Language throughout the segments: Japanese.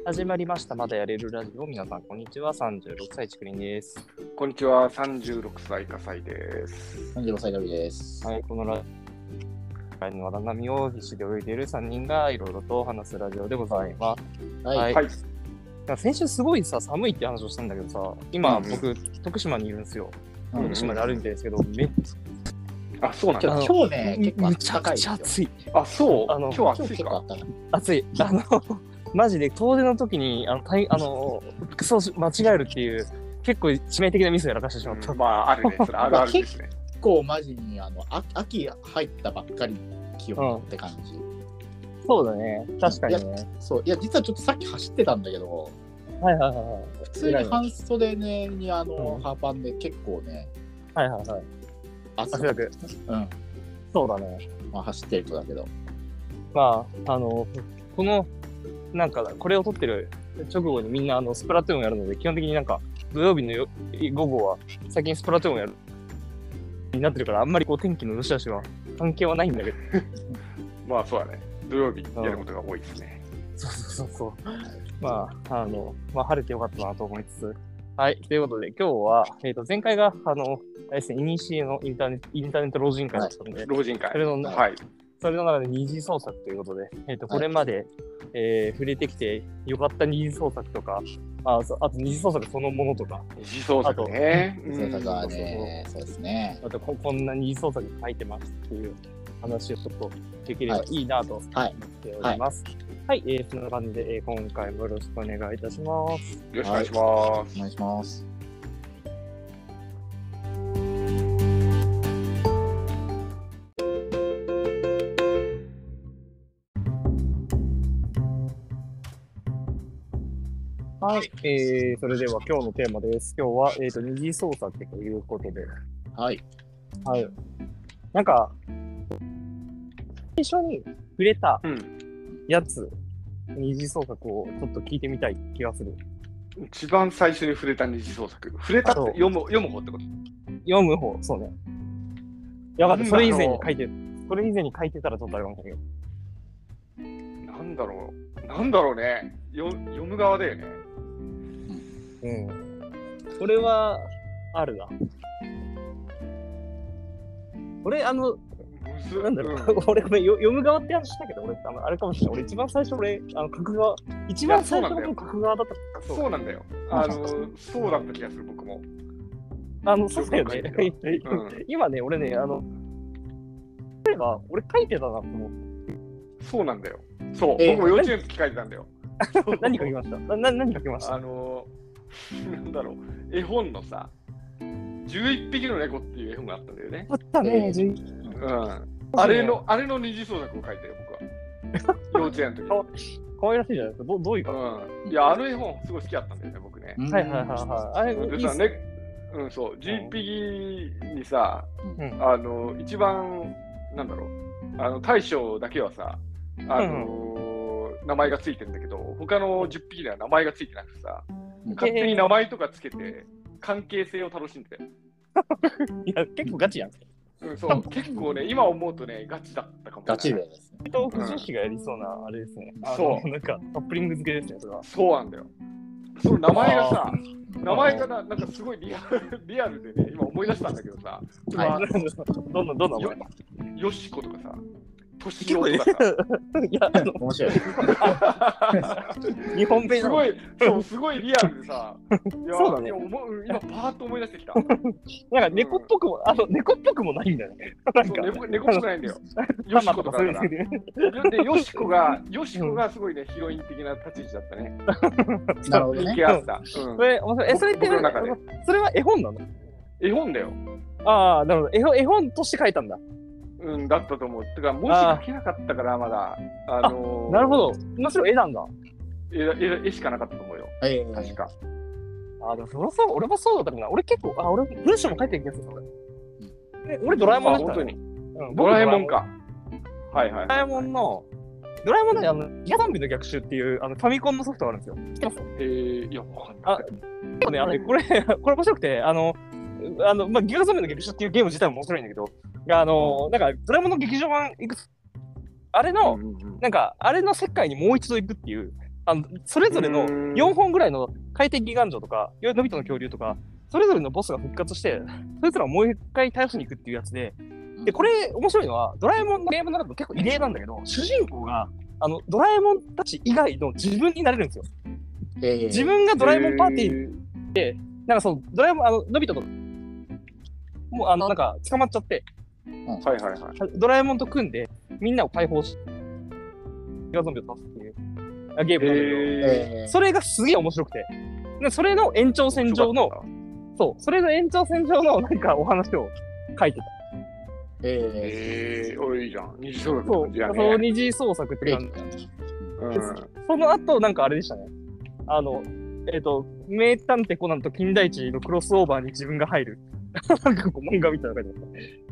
始まりました。まだやれるラジオ。皆さん、こんにちは。36歳、ちくりんです。 こんにちは。36歳、かさいです。 36歳、ガビです。 はい、このラジオの荒波を必死で泳いでいる3人がいろいろと話すラジオでございます。 はい。 はい。 先週すごいさ、寒いって話をしたんだけどさ、今、僕、徳島にいるんですよ。徳島で歩いてるんですけど、めっちあ、そうなんだ。 今日ね、結構むちゃくちゃ暑い。 あ、そう。 今今日暑いか。 結構あったな。 暑い。マジで遠出の時に服装間違えるっていう結構致命的なミスをやらかしてしまった。 まあ、あるね。それあるあるですね。 結構マジに秋入ったばっかり気温って感じ。 そうだね。確かにね。 そう。いや、実はちょっとさっき走ってたんだけど、 はいはいはいはい。 普通に半袖ねにハーパンで結構ね、 はいはいはい。 汗だく。そうだね。 まあ走ってるとだけど。 まあ、この、なんか、これを撮ってる直後にみんなスプラトゥーンをやるので、基本的になんか、土曜日の午後は最近スプラトゥーンをやるになってるから、あんまりこう天気の良し悪しは関係はないんだけど。 まあ、そうだね。土曜日やることが多いですね。 そう。まあ、晴れてよかったなと思いつつ。はい。ということで、今日は、前回が、あれですね、イニシエのインターネット老人会だったので、 老人会。 はい。それの中で二次創作ということで、これまで、触れてきてよかった二次創作とか、あと二次創作そのものとか。 二次創作ね。 二次創作はね、そうですね。 あとこんな二次創作書いてますっていう話をちょっとできればいいなと思っております。はい、そんな感じで、今回もよろしくお願いいたします。 よろしくお願いします。 お願いします。 はい、それでは今日のテーマです。今日は、二次創作ということで。 はい。 はい。なんか、最初に触れたやつ、二次創作をちょっと聞いてみたい気がする。 一番最初に触れた二次創作。触れたって読む方ってこと？ 読む方、そうね。いや、それ以前に書いてたらちょっとあれかもしれないけど。なんだろうね。読む側だよね。 これは、あるな。俺、なんだろう、俺、読む側って話したけど、俺、あれかもしれない。俺、一番最初、書く側、一番最初の書く側だった。 そうなんだよ。そうだった気がする、僕も。 そうだよね。今ね、俺ね、例えば、俺書いてたなと思って。 そうなんだよ。そう、僕も幼稚園の時書いてたんだよ。 何書きました？何書きました？ なんだろう、絵本のさ、11匹の猫っていう絵本があったんだよね。 あったね、 あれの二次創作を書いたよ、僕は。幼稚園の時。 かわいらしいじゃないですか。どういうか。 いや、あの絵本すごい好きだったんだよね、僕ね。 はい。あれでさ、そう、11匹にさ、一番、なんだろう、大将だけはさ、名前がついてるんだけど、他の10匹には名前がついてなくてさ、勝手に名前とかつけて関係性を楽しんでたよ。 いや、結構ガチやん。 そう、結構ね、今思うとね、ガチだったかも。 ガチですね。 女子がやりそうなあれですね。 そう。 なんか、カップリング付けですね、それは。 そうなんだよ。その名前がさ、名前がなんかすごいリアルでね、今思い出したんだけどさ、 どんな名前？ よしことかさ、としろとかさ。 いや、 面白い。 日本弁すごいリアルでさ、 そうだね。 今パーッと思い出してきた。 なんか猫っぽくもないんだよね。 猫っぽくないんだよ。よしことかさ。で、よしこがすごいね、ヒロイン的な立ち位置だったね。 なるほどね。 それってそれは絵本なの？ 絵本だよ。 ああ、なるほど。絵本として書いたんだ。 だったと思う。てか、文字書けなかったから、まだ。 なるほど。むしろ絵なんだ。 絵しかなかったと思うよ。確か。 でも俺もそうだったかな。俺結構、俺文章も書いてる気がする。俺ドラえもんだった。 本当に。ドラえもんか。はいはい。 ドラえもんで、ギャザンビの逆襲っていうファミコンのソフトがあるんですよ。知ってます？ いや、わかんない。 これ面白くて、ギガザンビの逆襲っていうゲーム自体も面白いんだけど、なんかドラえもんの劇場版いくつあれの、なんかあれの世界にもう一度行くっていうそれぞれの4本ぐらいの海底ギガンジョとか、のび太の恐竜とか、それぞれのボスが復活して、そいつらをもう一回倒しに行くっていうやつで、で、これ面白いのは、ドラえもんのゲームの中でも結構異例なんだけど、主人公が、ドラえもんたち以外の自分になれるんですよ。自分がドラえもんパーティーで、なんかその、ドラえもん、のび太と、もう、なんか、捕まっちゃって、 はいはいはい。 ドラえもんと組んで、みんなを解放し、ギガゾンビを倒すっていうゲームなんだけど、それがすげえ面白くて、それの延長線上の、それの延長線上のなんかお話を書いてた。 いいじゃん。二次創作そう、二次創作って感じ。その後、なんかあれでしたね。名探偵コナンと金田一のクロスオーバーに自分が入る。なんかこう漫画みたいな感じだった。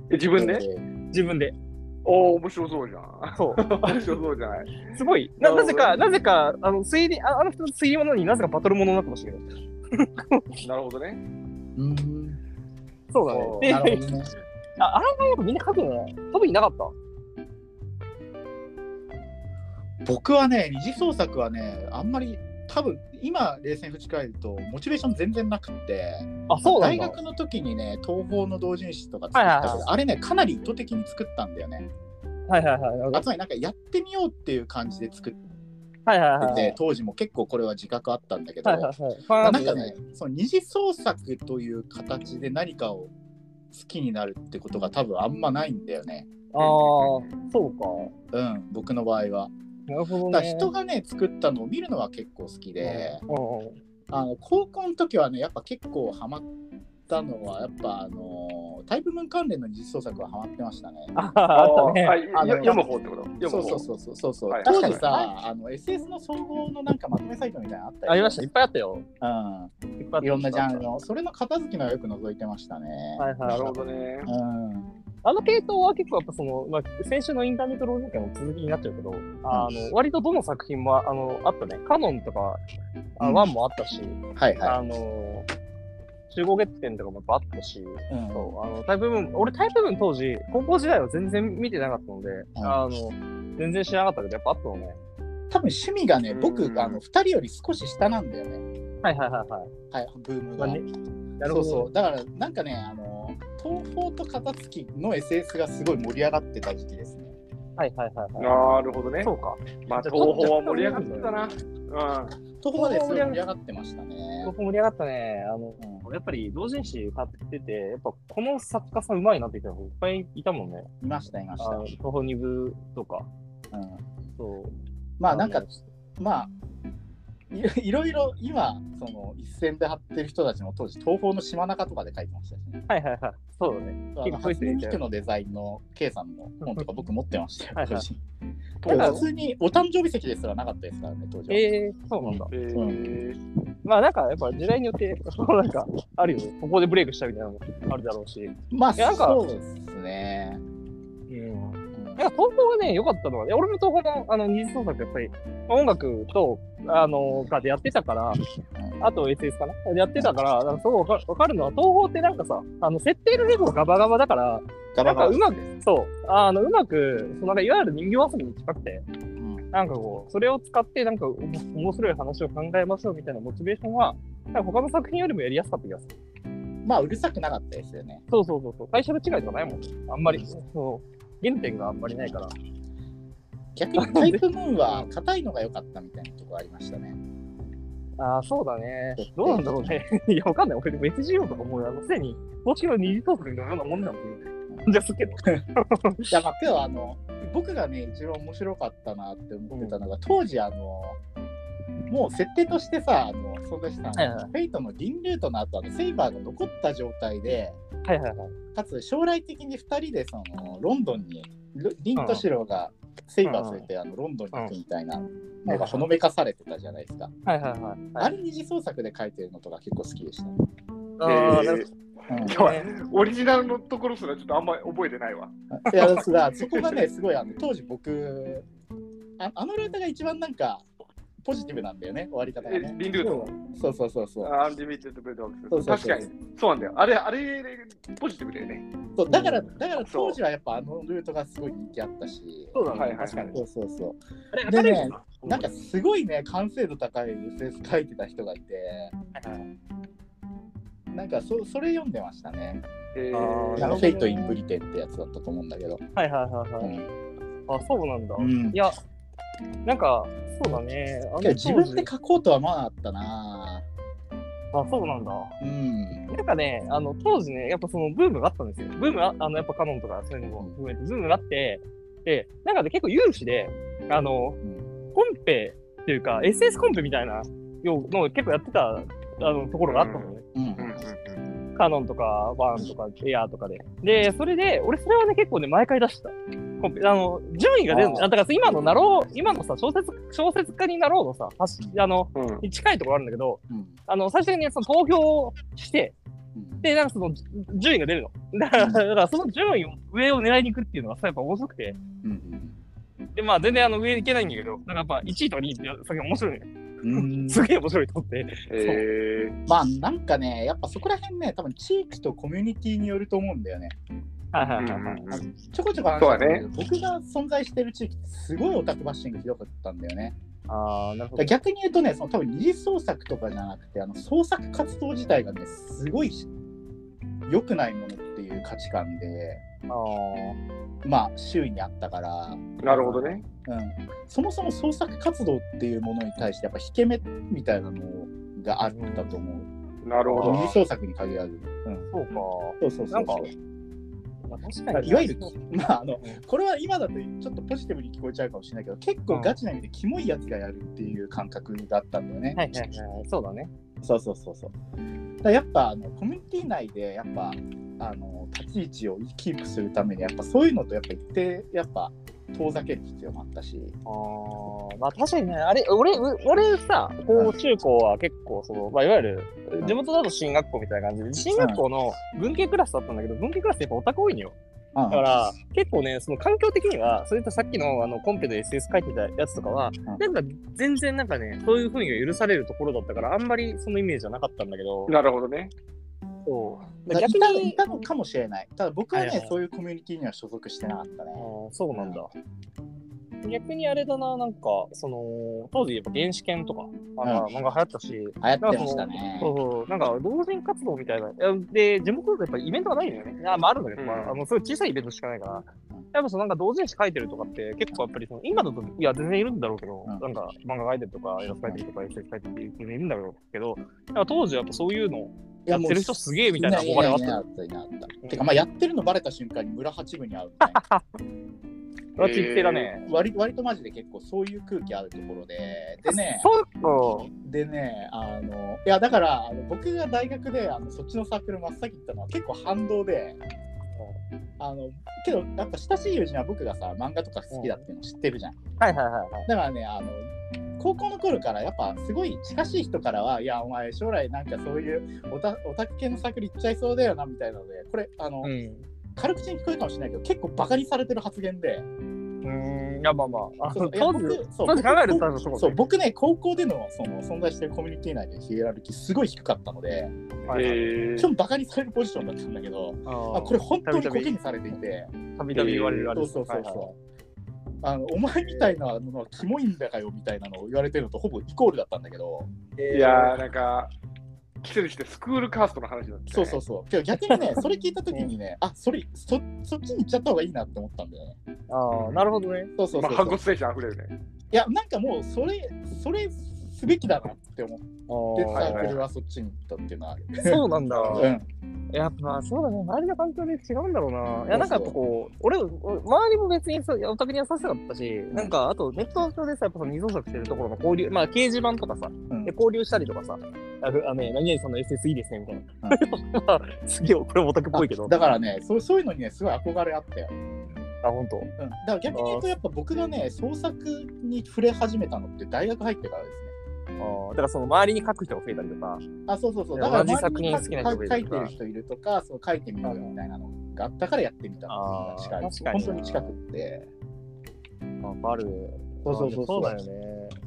自分で自分で。 面白そうじゃん。そう。面白そうじゃない。 すごい。なぜか、推理、あの人の推理物になぜかバトル物になってましたけど。 なるほどね。 そうだね。 なるほどね。 あれがやっぱみんな書くのね。特になかった。 僕はね、二次創作はね、あんまり多分今冷静に振り返るとモチベーション全然なくて、大学の時にね、東宝の同人誌とか作ったけど、あれね、かなり意図的に作ったんだよね。つまりなんかやってみようっていう感じで作ってて、当時も結構これは自覚あったんだけど、なんかね、その二次創作という形で何かを好きになるってことが多分あんまないんだよね。 そうか。 僕の場合は。 なるほどね。 だから人がね作ったのを見るのは結構好きで、高校の時はねやっぱ結構ハマったのはやっぱタイプ文関連の二次創作はハマってましたね。 あったね。 読む方ってこと？ そう。当時さ、SS の総合のなんかまとめサイトみたいなのあったよ。 ありました。いっぱいあったよ。 いろんなジャンルのそれの片付きのはよく覗いてましたね。 なるほどね。 あの系統は結構やっぱ先週のインターネット浪人会の続きになっちゃうけど、割とどの作品もあったね。カノンとか、ワンもあったし、集合月点とかもあったし、俺タイプ分当時、高校時代は全然見てなかったので、全然知らなかったけど、やっぱあったのね。 多分趣味がね、僕、2人より少し下なんだよね。ブームが。なるほど。だからなんかね、東宝と片付きの SS がすごい盛り上がってた時期ですね。 なるほどね。そうか。まあ東宝は盛り上がってたな。東宝はね、すごい盛り上がってましたね。 東宝盛り上がったね。やっぱり同人誌買ってて、やっぱこの作家さんうまいなって言ったのいっぱいいたもんね。 いました。 東宝2部とか。 まあなんか、いろいろ今その一線で張ってる人たちも当時東宝の島中とかで書いてましたしね。そうだね。初音ミクのデザインの K さんの本とか僕持ってましたよ。普通にお誕生日席ですらなかったですからね当時は。 そうなんだ。まあなんかやっぱ時代によってなんかあるよね。ここでブレイクしたみたいなのもあるだろうし。 まあそうですね。 東宝がね、良かったのはね、俺も東宝の二次創作やっぱり音楽と、でやってたから、あと SS かなやってたから、なんかすごいわかるのは、東宝ってなんかさ、設定のレゴがガバガバだから、なんかうまく、うまく、なんかいわゆる人形遊びに近くて、なんかこう、それを使って、なんか面白い話を考えましょうみたいなモチベーションは、なんか他の作品よりもやりやすかった気がする。 まあ、うるさくなかったですよね。 会社の違いとかないもん。あんまり。原点があんまりないから。 逆にタイプムーンは硬いのが良かったみたいなとこありましたね。 そうだね。どうなんだろうね。いや、わかんない。俺、でも SGO とかもう、すでに公式の二次創作のようなもんなんていうじゃすけど。 いや、まあ、けど、僕がね、一番面白かったなって思ってたのが、当時、もう設定としてさ、存在したフェイトのリンルートの後、セイバーが残った状態で、かつ将来的に2人でロンドンに、リンとシロがセイバー連れてロンドンに行くみたいなのがほのめかされてたじゃないですか。あれ二次創作で書いてるのとか結構好きでした。 オリジナルのところすらちょっとあんまり覚えてないわ。 いや、そこがね、すごい当時僕、あのルートが一番なんか、 ポジティブなんだよね、終わり方がね。 リンルート。 そう。 アンリミテッドブレッドボックス。確かに。そうなんだよ。あれ、ポジティブだよね。 そうだから当時はやっぱあのルートがすごい人気あったし。 そうだね。 確かに。 そう。でね、なんかすごいね、完成度高い SS 書いてた人がいて、なんかそれ読んでましたね。フェイト・イン・ブリテンってやつだったと思うんだけど。 はい。あ、そうなんだ。いや、なんか、そうだね。 自分で書こうとは思わなかったな。 あ、そうなんだ。なんかね、当時ね、やっぱそのブームがあったんですよ。ブームは、やっぱカノンとかそういうのも含めて、ブームがあって、で、なんかね、結構有志で、コンペっていうか、SS コンペみたいなの結構やってたところがあったのね。カノンとか、ワンとか、エアーとかで。で、それで、俺それはね、結構ね、毎回出した。コンペ、順位が出るの。だから今のさ、小説家になろうのさ、に近いところあるんだけど、最終的にその投票して、で、なんかその順位が出るの。だからその順位を上を狙いに行くっていうのがさ、やっぱ面白くて。で、まあ全然上行けないんだけど、なんかやっぱ1位とか2位ってさっき面白いね。すげえ面白いと思って。 まあなんかね、やっぱそこら辺ね、多分地域とコミュニティによると思うんだよね。ちょこちょこ話したんだけど、僕が存在してる地域ってすごいオタクバッシングひどかったんだよね。 なるほど。 逆に言うとね、その多分二次創作とかじゃなくて、創作活動自体がね、すごい良くないものっていう価値観で、まあ周囲にあったから。 なるほどね。 そもそも創作活動っていうものに対してやっぱ引け目みたいなのがあったと思う。 なるほど。 二次創作に限らず。 そうか。なんか確かにいわゆる、まあこれは今だとちょっとポジティブに聞こえちゃうかもしれないけど、結構ガチな意味でキモいやつがやるっていう感覚だったんだよね。 そうだね。 そう。だやっぱコミュニティ内でやっぱ立ち位置をキープするためにやっぱそういうのとやっぱ一定やっぱ遠ざける必要もあったし。 まあ確かにね、あれ、俺さ、中高は結構まあいわゆる地元だと進学校みたいな感じで、進学校の文系クラスだったんだけど、文系クラスってやっぱオタク多いのよ。だから結構ね、その環境的には、それとさっきのコンペで SS 書いてたやつとかは、なんか全然なんかね、そういう風に許されるところだったから、あんまりそのイメージはなかったんだけど。 なるほどね。 逆にいたのかもしれない。ただ僕はね、そういうコミュニティには所属してなかったね。 そうなんだ。逆にあれだな、なんか、当時やっぱ原始圏とか、漫画流行ったし、 流行ってましたね。 なんか同人活動みたいな。で、地元だとやっぱイベントがないんだよね。まああるんだけど、すごい小さいイベントしかないから、やっぱなんか同人誌書いてるとかって結構やっぱり今だと、いや全然いるんだろうけど、なんか漫画書いてるとか、イラスト書いてるとか、SS 書いてるっていう人いるんだろうけど、当時はやっぱそういうのやってる人すげえみたいな憧れはあった。 てかまあやってるのバレた瞬間に村八部に会うみたいな。 ちっちゃだね。 割とマジで結構そういう空気あるところで、でね、いやだから僕が大学でそっちのサークル真っ先行ったのは結構反動で、けどやっぱ親しい友人は僕がさ漫画とか好きだっていうの知ってるじゃん。だからね高校の頃からやっぱすごい近しい人からは、いやお前将来なんかそういうオタク系のサークル行っちゃいそうだよなみたいなので、これ軽口に聞こえるかもしれないけど結構バカにされてる発言で。 いやまあ当時考えるとそう僕ね高校での存在しているコミュニティ内でヒエラルキーすごい低かったので、基本バカにされるポジションだったんだけど、これ本当にコケにされていて、 たびたび言われるあれ。 そうお前みたいなのはキモいんだかよみたいなのを言われてるのとほぼイコールだったんだけど、 いやなんか来てるしてスクールカーストの話だった、 ね。そう。逆にね、それ聞いたときにね、そっちに行っちゃった方がいいなって思ったんだよね。 なるほどね。 そう。 反骨精神あふれるね。 いや、なんかもう、それすべきだなって思って、サークルはそっちに行ったっていうのはある。 そうなんだ。やっぱそうだね、周りの環境で違うんだろうな。いや、なんかやっぱ俺、周りも別にオタクに優しかったし、なんか、あとネット上でさ、やっぱ二次創作してるところの交流、まあ、掲示板とかさ、交流したりとかさ、何々さんの SS いいですね、みたいな。すげえ、これオタクっぽいけど。 だからね、そういうのにね、すごい憧れあったよ。 本当。 だから逆に言うと、やっぱ僕がね、創作に触れ始めたのって大学入ってからですね。 だから周りに書く人が増えたりとか。 そう。だから周りに書いてる人いるとか、書いてみようみたいなのがあったからやってみたのが近い。本当に近くって。 ある。 そうだよね。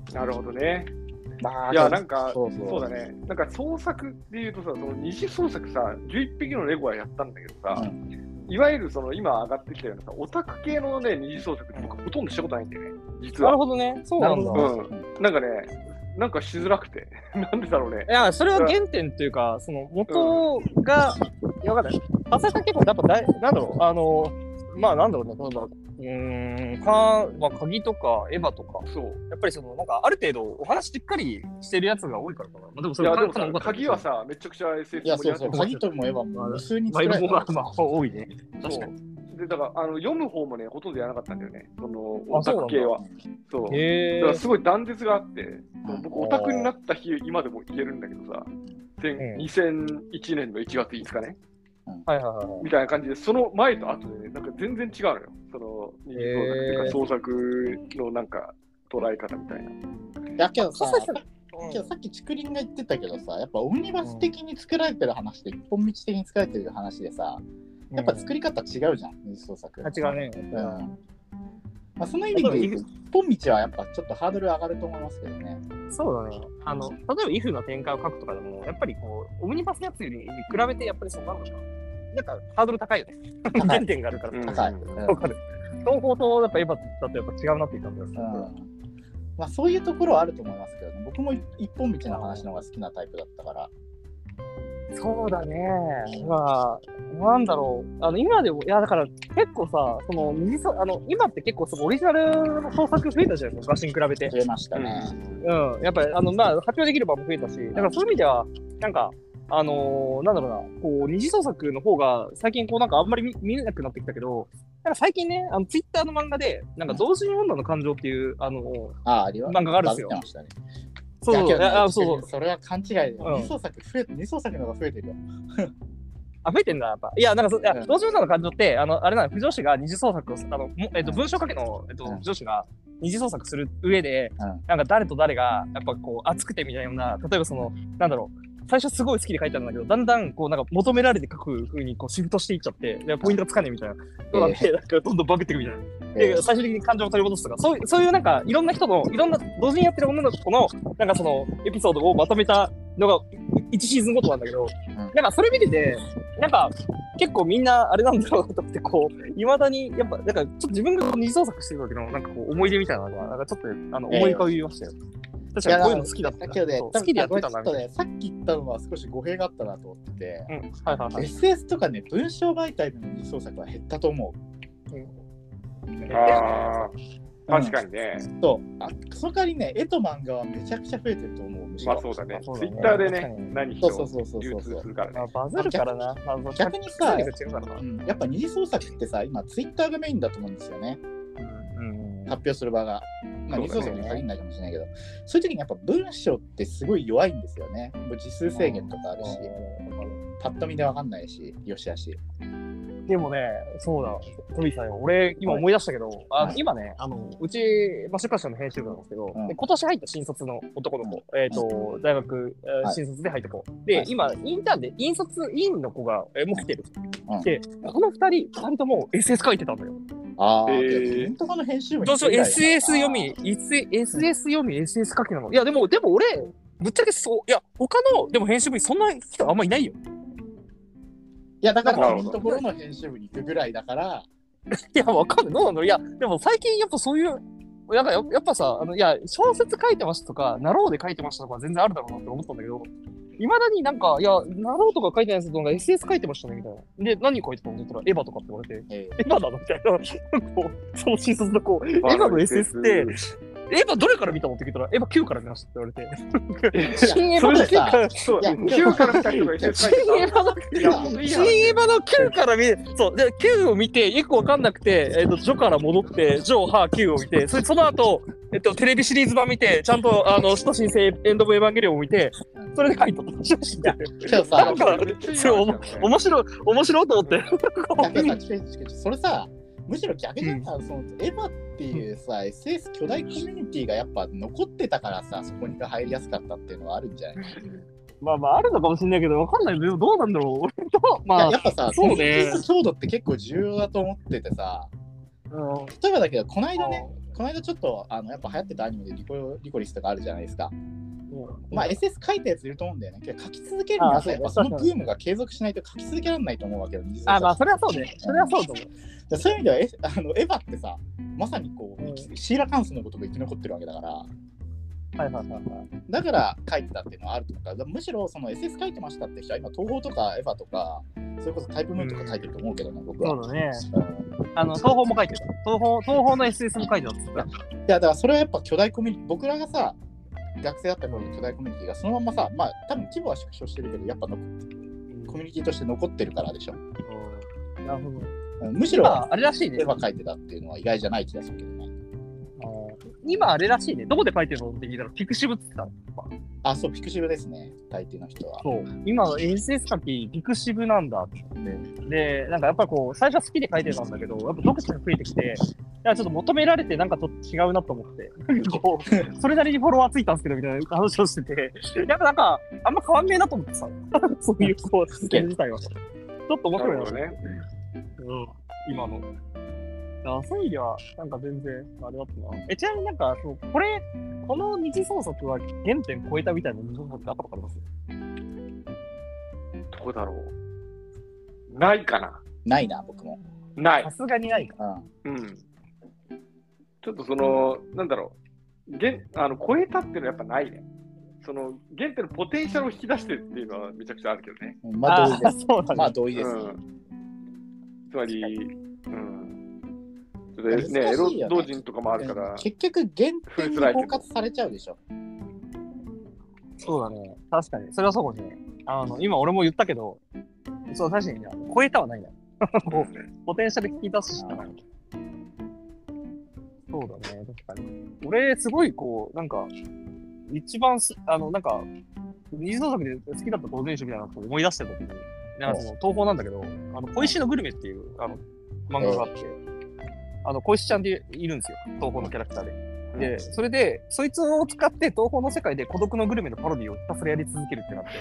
なるほどね。 まあ、 いや、なんか、 そうだね。なんか創作でいうとさ、その二次創作さ、11匹のレゴはやったんだけどさ、いわゆるその今上がってきたようなさ、オタク系のね、二次創作って僕ほとんどしたことないんだよね、実は。 なるほどね。そうなんだ。 なんかね、なんかしづらくて。なんでだろうね。 いや、それは原点というか、その元が、いや、わかんない。浅井さん結構、やっぱなんだろう、まあなんだろうね、まあ、鍵とかエヴァとか、そう。やっぱりその、なんかある程度お話しっかりしてるやつが多いからかな。まあ、でもそれでもさ、鍵はさ、めちゃくちゃ SF いや、そうそう、鍵ともエヴァも無数に作られてる。まあ、多いね。確かに。 で、だから読む方もね、ほとんどやらなかったんだよね。そのオタク系は。そう。だからすごい断絶があって、僕オタクになった日、今でもいけるんだけどさ、2001年の1月5日ね。みたいな感じで、その前と後でね、なんか全然違うのよ。その二次創作というか、創作のなんか捉え方みたいな。 いやけどさ、さっき竹林が言ってたけどさ、やっぱオムニバス的に作られてる話で、一本道的に作られてる話でさ、やっぱ作り方違うじゃん、二次創作。 違うね。 まあ、その意味で一本道はやっぱちょっとハードル上がると思いますけどね。 そうだね。例えば if の展開を書くとかでも、やっぱりこう、オムニバスのやつに比べて、やっぱりそうなのかな。なんかハードル高いよね。原点があるから。 高い。 わかる。東宝とやっぱエヴァだとやっぱ違うなって言ったんだよ。 まあそういうところはあると思いますけどね。僕も一本道の話の方が好きなタイプだったから。 そうだね。まあ、なんだろう。今でも、いやだから結構さ、その今って結構そのオリジナルの創作増えたじゃないですか、昔に比べて。 増えましたね。 やっぱりまあ発表できる場も増えたし、だからそういう意味では、なんか、なんだろうな、こう、二次創作の方が最近こうなんかあんまり見れなくなってきたけど、なんか最近ね、ツイッターの漫画で、なんか同人女の感情っていう、漫画があるんですよ。 そう、それは勘違いで、二次創作の方が増えてるよ。 増えてんだ、やっぱ。いや、なんか同人女の感情って、あれなの、不女子が二次創作を、文章書きの、不女子が二次創作する上で、なんか誰と誰が、やっぱこう、熱くてみたいな、例えばその、なんだろう、最初すごい好きで書いてあるんだけど、だんだんこうなんか求められて書く風にこうシフトしていっちゃって、でポイントがつかねえみたいな。なんかどんどんバグっていくみたいな。で、最終的に感情を取り戻すとか、そういうなんかいろんな人の、いろんな同時にやってる女の子の、なんかそのエピソードをまとめたのが1シーズンごとなんだけど、なんかそれ見てて、なんか結構みんなあれなんだろうと思って、こう、未だに、やっぱ、なんかちょっと自分が二次創作してる時のなんかこう思い出みたいなのが、なんかちょっと思い浮かびましたよ。確かにこういうの好きだったけどね、好きでやってたな。 さっき言ったのは少し語弊があったなと思ってて、SS とかね、文章媒体での二次創作は減ったと思う。 確かにね。 その代わりね、絵と漫画はめちゃくちゃ増えてると思う。 まあそうだね。ツイッターでね、何人流通するからね。 バズるからな。 逆にさ、やっぱ二次創作ってさ、今ツイッターがメインだと思うんですよね。発表する場が。まあ、二次創作に限らないかもしれないけど、そういう時にやっぱ文章ってすごい弱いんですよね。もう字数制限とかあるし、パッと見でわかんないし、よしあし。 でもね、そうだ、トミーさんよ、俺、今思い出したけど、今ね、うち、出版社の編集部なんですけど、今年入った新卒の男の子、大学、新卒で入った子。で、今、インターンで、引率員の子が、もう来てる。で、この二人とも SS 書いてたんだよ。 イントカの編集部に。 どうしよう、SS 読み、SS 書きなの。いや、でも俺、ぶっちゃけそう、いや、他の、でも編集部にそんな人あんまいないよ。 いや、だから、ところの編集部に行くぐらいだから。 いや、わかんない。どうなの？いや、でも最近やっぱそういう、なんかやっぱさ、いや、小説書いてましたとか、ナローで書いてましたとか全然あるだろうなって思ったんだけど、いまだになんか、いや、ナローとか書いてないやつとか SS 書いてましたねみたいな。で、何書いてたのって言ったら、エヴァとかって言われて、エヴァなのみたいな。こう、その新卒の子、エヴァの SS って、エヴァどれから見たのって聞いたら、エヴァ9から見ましたって言われて。新エヴァの9から、 9から見た人が SS 書いてた。 新エヴァの9から見て、そう、で、9を見て、よくわかんなくて、ジョから戻って、ジョ、ハー、9を見て、その後、テレビシリーズ版見て、ちゃんと、使徒新星エンド・オブ・エヴァンゲリオンを見て、それで書いたと。なんか、面白いと思って。 それさ、むしろ逆にさ、そのエヴァっていうさ、SS 巨大コミュニティがやっぱ残ってたからさ、そこに入りやすかったっていうのはあるんじゃない？ まああるのかもしれないけど、わかんないけど、どうなんだろう。 まあ、やっぱさ、 そうね。 強度って結構重要だと思っててさ、例えばだけど、この間この間ちょっとやっぱ流行ってたアニメでリコリスとかあるじゃないですか。まあ SS 書いたやついると思うんだよね。けど書き続けるにはやっぱそのブームが継続しないと書き続けられないと思うわけよ。 まあそれはそうね。それはそうと思う。そういう意味ではエヴァってさ、まさにこう、シーラカンスのことが生き残ってるわけだから。だから書いてたっていうのはあると思うから、むしろその SS 書いてましたって人は今東宝とかエヴァとかそれこそタイプムーンとか書いてると思うけどね、僕は。 そうだね。東宝も書いてた。東宝の SS も書いてたって言ってた。 いやだからそれはやっぱ巨大コミュニティ、僕らがさ学生だった頃の巨大コミュニティがそのままさ、まあ多分規模は縮小してるけどやっぱコミュニティとして残ってるからでしょ。 なるほど。 むしろあれらしいね。 エヴァ書いてたっていうのは意外じゃない気がするけどね。 今あれらしいね。どこで書いてるのって聞いたらピクシブって言ったの。そう、ピクシブですね。大抵の人は。 そう。今 SS 書きピクシブなんだって言って。で、なんかやっぱこう、最初は好きで書いてたんだけど、やっぱ読者が増えてきて、ちょっと求められてなんかちょっと違うなと思って、こうそれなりにフォロワーついたんですけどみたいな話をしてて、やっぱなんかあんま変わんねえなと思ってさ、そういうこう事件自体は。ちょっと面白いなね。今の。そういう意味では、なんか全然、あれだったな。ちなみになんか、この二次創作は原点超えたみたいな二次創作ってあったことあります？ どこだろう。ないかな。 ないな、僕も。 ない。 さすがにないか。 ちょっとなんだろう。超えたっていうのはやっぱないね。その原点のポテンシャルを引き出してるっていうのはめちゃくちゃあるけどね。 まあ同意です。 そうだね。 まあ同意です。 つまり、エロ同人とかもあるから、 結局原点に包括されちゃうでしょ。 そうだね。確かに。それはそうかもしれない。今俺も言ったけど、そう確かにね、超えたはないな。ポテンシャル引き出すしかない。そうだね、確かに。俺、すごいこう、なんか、一番なんか、二次創作で好きだった同人誌みたいなのを思い出してた時に、なんかその東宝なんだけど、小石のグルメっていう漫画があって、小石ちゃんっているんですよ、東宝のキャラクターで。で、それで、そいつを使って東宝の世界で孤独のグルメのパロディをひたすらやり続けるってなって。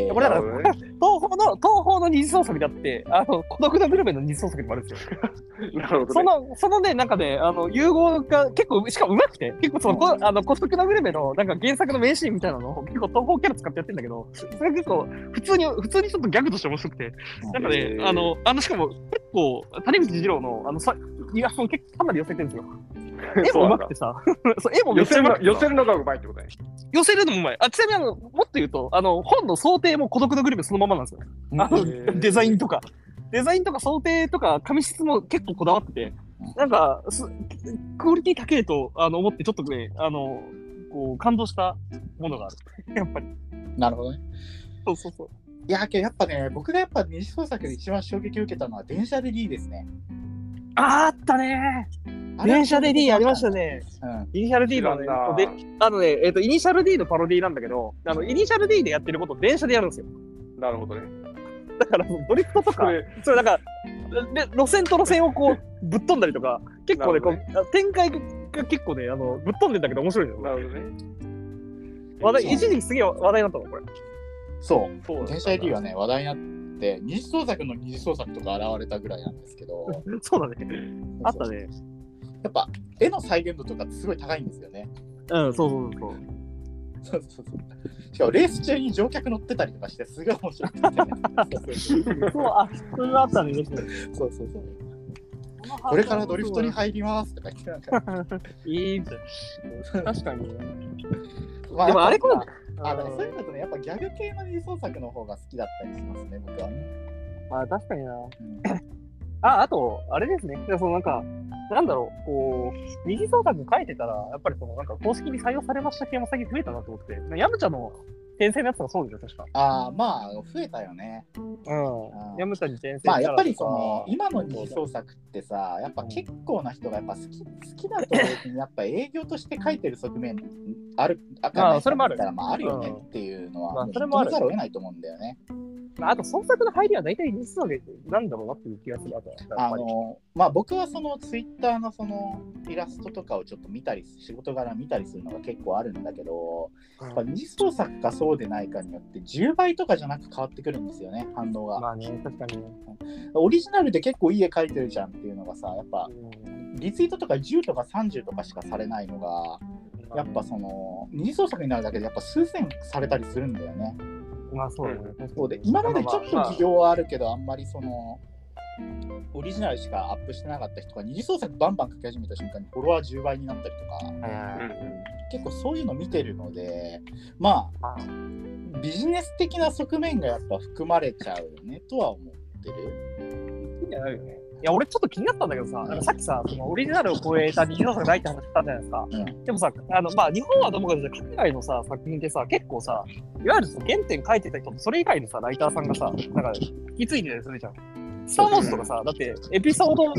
これだから、東宝の二次創作だって、孤独のグルメの二次創作でもあるんですよ。 なるほど、ね。 そのね、なんかね、融合が結構、しかも上手くて、結構孤独のグルメのなんか原作の名シーンみたいなのを結構東宝キャラ使ってやってんだけど、それ結構、普通にちょっとギャグとして面白くて、なんかね、しかも結構、谷口二郎の、イラストも結構かなり寄せてるんですよ。絵も上手くてさ、絵もめっちゃ上手くて寄せるのが上手いってことね。 寄せるのも上手い。ちなみにもっと言うと、本の想定も孤独のグルメそのままなんですよ。デザインとか想定とか紙質も結構こだわってて、なんかクオリティ高いと思ってちょっとねこう感動したものがある。やっぱり。 なるほどね。 そう。 いややっぱね、僕がやっぱ二次創作で一番衝撃を受けたのは電車で D ですね。 あったねー。電車で D ありましたね。イニシャル D のね、イニシャル D のパロディなんだけど、イニシャル D でやってることを電車でやるんですよ。 なるほどね。 だからドリフトとか、それなんか路線と路線をこうぶっ飛んだりとか、結構ね、こう展開が結構ねぶっ飛んでんだけど面白いのよ。 なるほどね。 一時期すげえ話題になったのこれ。 そう。電車 D はね話題になって。二次創作の二次創作とか現れたぐらいなんですけどそうだね。あったね。 やっぱ絵の再現度とかってすごい高いんですよね。 そう。 しかもレース中に乗客乗ってたりとかしてすごい面白くて、ね。 それはあったね。 そう。これからドリフトに入りますとか言ってなんかいいんだ。確かに。 まあ、でもあれそういうのとね、やっぱギャグ系の二次創作の方が好きだったりしますね、僕はね。 確かにな。あと、あれですね。なんか、なんだろう、こう、二次創作書いてたら、やっぱりなんか公式に採用されました系も最近増えたなと思って、ヤムチャの転生のやつがそうですよ、確か。 まあ、増えたよね。 ヤムチャに転生まあ、やっぱり今の二次創作ってさ、やっぱ結構な人がやっぱ好きだと、やっぱ営業として書いてる側面ある、 それもある。 まあ、あるよねっていうのは、それもあるざるを得ないと思うんだよね。 あと創作の入りは大体二次創作なんだろうなっていう気がする。 まあ僕はそのツイッターのそのイラストとかをちょっと見たり仕事柄見たりするのが結構あるんだけど、やっぱ二次創作かそうでないかによって10倍とかじゃなく変わってくるんですよね、反応が。 まあね、確かに。 オリジナルで結構いい絵描いてるじゃんっていうのがさ、やっぱリツイートとか10とか30とかしかされないのが、やっぱその二次創作になるだけでやっぱ数千されたりするんだよね。 まあそうだね。 そうで、今までちょっと企業はあるけど、あんまりそのオリジナルしかアップしてなかった人が二次創作バンバン書き始めた瞬間にフォロワー10倍になったりとか、結構そういうの見てるので、まあビジネス的な側面がやっぱ含まれちゃうよねとは思ってる。 いや、ないよね。いや、俺ちょっと気になったんだけどさ、なんかさっきさ、そのオリジナルを超えた二次創作ないって話したじゃないですか。でもさ、まあ、日本はともかく海外のさ、作品ってさ、結構さ、いわゆるその原点書いてた人とそれ以外のさ、ライターさんがさ、なんか、引き継いでたりするじゃん。スター・ウォーズとかさ、だってエピソード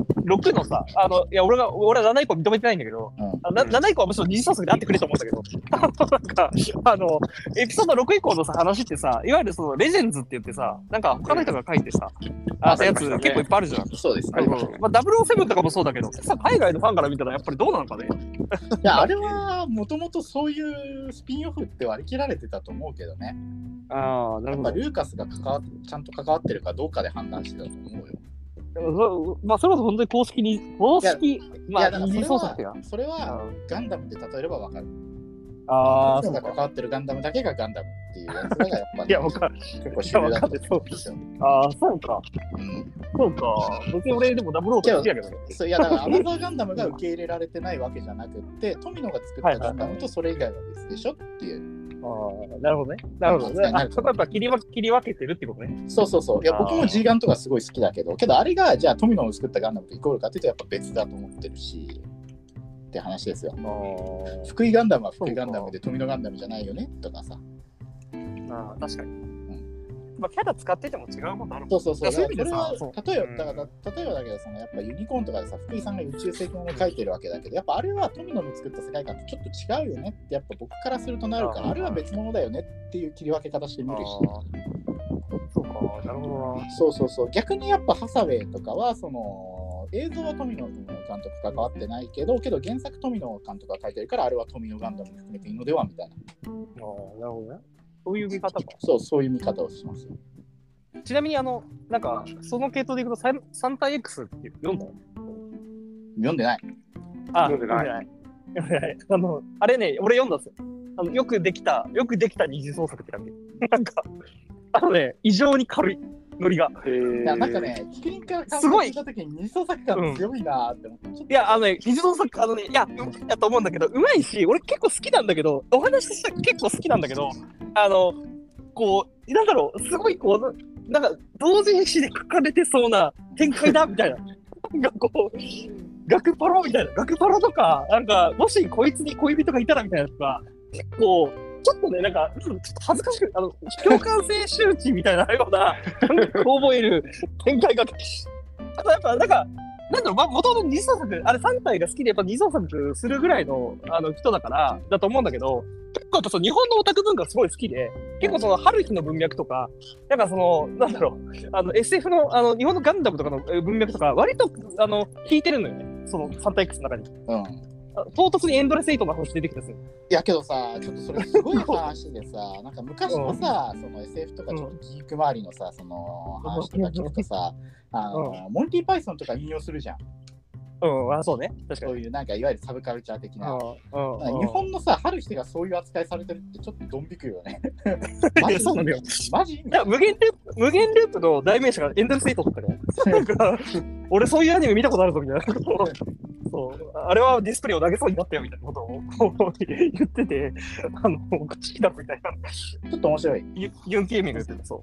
6のさ、いや、俺は7以降認めてないんだけど、7以降はむしろ二次創作であってくれと思うんだけど、なんか、エピソード6以降のさ、話ってさ、いわゆるそのレジェンズって言ってさ、なんか他の人が書いてさ、やつ結構いっぱいあるじゃん。 そうですね。 まあ、007とかもそうだけど、さ、海外のファンから見たらやっぱりどうなのかね。 いや、あれはもともとそういうスピンオフって割り切られてたと思うけどね。 ああ、なるほど。 ルーカスがちゃんと関わってるかどうかで判断してたと思うよ。 まあ、それこそ本当に公式、まあ、二次創作が。 それはガンダムで例えれば分かる。 ああ、 そうか。関わってるガンダムだけがガンダムっていうやつがやっぱり、 いや、結構主流だったんですよ。 ああ、そうか。そうか。別に俺でもダブルオート好きやけどね。 いや、だからアナザーガンダムが受け入れられてないわけじゃなくて、富野が作ったガンダムとそれ以外は別でしょっていう。 ああ、なるほどね。なるほどね。そこはやっぱ切り分けてるってことね。 そう。いや、僕も G ガンとかすごい好きだけど、あれがじゃあ富野の作ったガンダムとイコールかっていうとやっぱ別だと思ってるし、って話ですよ。福井ガンダムは福井ガンダムで富野ガンダムじゃないよねとかさ。 ああ、確かに。まあ、キャラ使ってても違うことあるもん。そう。 それは例えばだけど、そのやっぱユニコーンとかでさ、福井さんが宇宙世紀も書いてるわけだけど、やっぱあれは富野の作った世界観とちょっと違うよねって、やっぱ僕からするとなるから、あれは別物だよねっていう切り分け方してみるし。 そうか、なるほどな。 そう。逆にやっぱハサウェイとかは、その映像は富野監督関わってないけど原作富野監督が書いてるから、あれは富野ガンダムに含めていいのではみたいな。 なるほどね。そういう見方か。 そういう見方をします。 ちなみになんかその系統でいくと3体 X って読んだ？ 読んでない。 読んでない。 あれね、俺読んだんですよ。よくできた二次創作って感じ。なんか異常に軽いノリが。 なんかね、スクリーンから考えた時に二次創作感強いなって思って。 いや、二次創作いやだと思うんだけど、うまいし、俺結構好きなんだけど、お話ししたら結構好きなんだけど、こうなんだろう、すごいこうなんか同人誌で書かれてそうな展開だみたいな。なんかこう学パロみたいな、学パロとか、なんかもしこいつに恋人がいたらみたいなとか、結構ちょっとね、なんかちょっと恥ずかしく、共感性周知みたいなような感覚を覚える展開が、あとやっぱなんかなんだろう、もともと二次創作、あれ3体が好きでやっぱ二次創作するぐらいの人だからだと思うんだけど、結構日本のオタク文化すごい好きで、結構その春日の文脈とか、なんかそのなんだろう、SF の日本のガンダムとかの文脈とか割と引いてるのよね、その3体 X の中に。唐突にエンドレスエイトの話出てきたんですよ。 いやけどさ、ちょっとそれすごい話でさ、なんか昔のさ、その SF とかちょっとギーク周りのさ、その話とか聞くとさ、モンティ・パイソンとか引用するじゃん。 そうね。確かに。 そういうなんかいわゆるサブカルチャー的な。日本のさ、春日がそういう扱いされてるってちょっとドン引くよね。 そうなんだよ。 マジ？ いや、無限ループの代名詞がエンドレスエイトだったから。なんか、俺そういうアニメ見たことあるぞみたいなことを。そう、あれはディスプレイを投げそうになったよみたいなことを言ってて、口きだみたいな。 ちょっと面白い。 ユンケーミングってそう。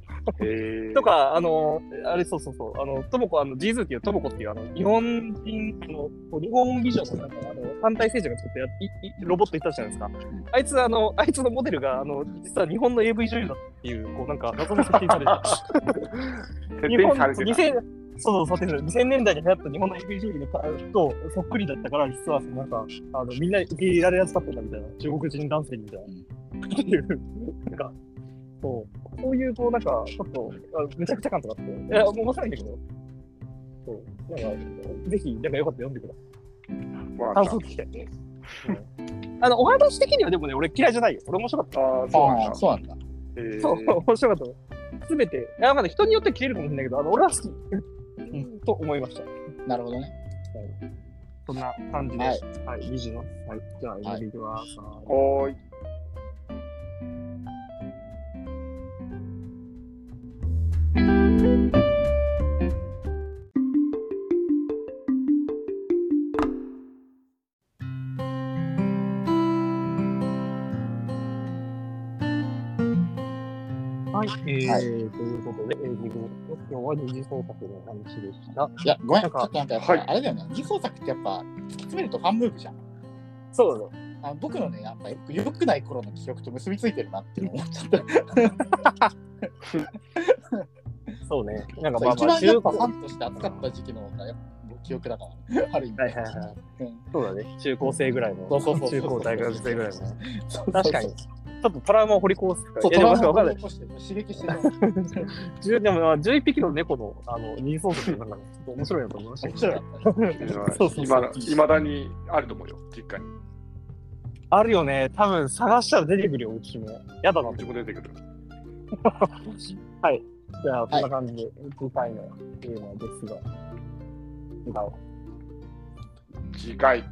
とか、あれ、そう、トモコ、ジーズーっていうトモコっていう、日本人、日本ビジョンの反対政治が作ったロボットいたじゃないですか。あいつのモデルが、実は日本の AV 女優だっていう、こう、なんか、謎の設定されて日本そう2000年代に流行った日本の AV 女優とそっくりだったから、実はなんかみんな受け入れられやすかったんだみたいな、中国人男性みたいな、っていうなんかそういうこうなんかちょっとむちゃくちゃ感とかあって、いや面白いんだけど、そうなんかぜひなんかよかったら読んでください。感想聞きたいね。お話的にはでもね、俺嫌いじゃないよ。俺面白かった。 そうなんだ。 そう面白かった。すべて、人によって切れるかもしれないけど、俺は好きと思いました。 なるほどね。 そんな感じです。はい、20の。はい、じゃあ、読んでいきます。 はい。 はい、ということで、今日は二次創作の話でした。 いや、ごめん、ちょっとなんか、あれだよね、二次創作ってやっぱ、突き詰めるとファンムーブじゃん。 そうだね。 僕のね、やっぱ良くない頃の記憶と結びついてるなって思っちゃった。 そうね。なんか一番やっぱファンとして熱かった時期の記憶だから、ある意味。 そうだね。中高生ぐらいの。 そう中高大学生ぐらいの。確かに。ちょっとトラウマを掘り壊すから。 トラウマを掘り起こして刺激してる。 でも11匹の猫の二次創作なんかちょっと面白いなと思いました。 面白い。 いまだにあると思うよ、実家に。 あるよね。多分探したら出てくるよ、うちも。やだな。 うちも出てくる。 はい。じゃあ、こんな感じで、次回のテーマですが。 次回。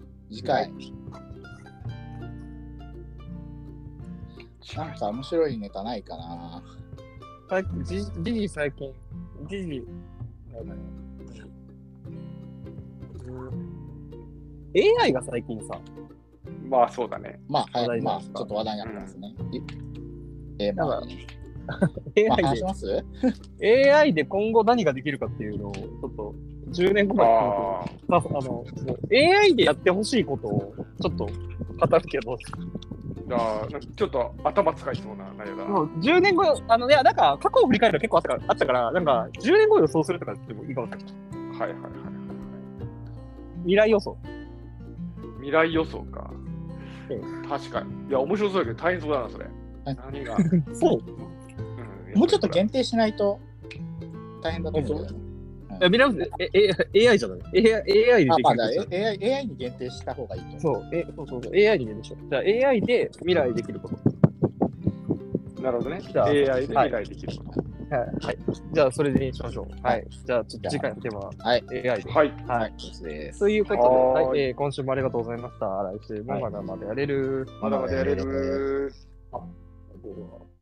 なんか面白いネタないかな。 ジジ最近、AI が最近さ。 まあそうだね。 まあ、ちょっと話題になってますね。話します ?AI で今後何ができるかっていうのを、ちょっと10年後までもう AI でやってほしいことをちょっと語るけど。 ちょっと頭使いそうな内容だな。 もう10年後、いや、なんか過去を振り返ると結構あったから、なんか10年後予想するとかでもいいかもしれない。 はい。 未来予想。 未来予想か。確かに。いや、面白そうだけど大変そうだな、それ。何が。 そう。 もうちょっと限定しないと大変だと思うけどね。 未来予想、AI じゃない。AI でできる。 AI に限定した方がいいと思う。そう。AI にでしょ。じゃあ AI で未来できること。 なるほどね。じゃあ AI で未来できること。 はい。じゃあそれでにしましょう。はい。じゃあちょっと次回のテーマは AI で。 はい。 そういうことで、今週もありがとうございました。来週もまだまだやれる。 まだまだやれる。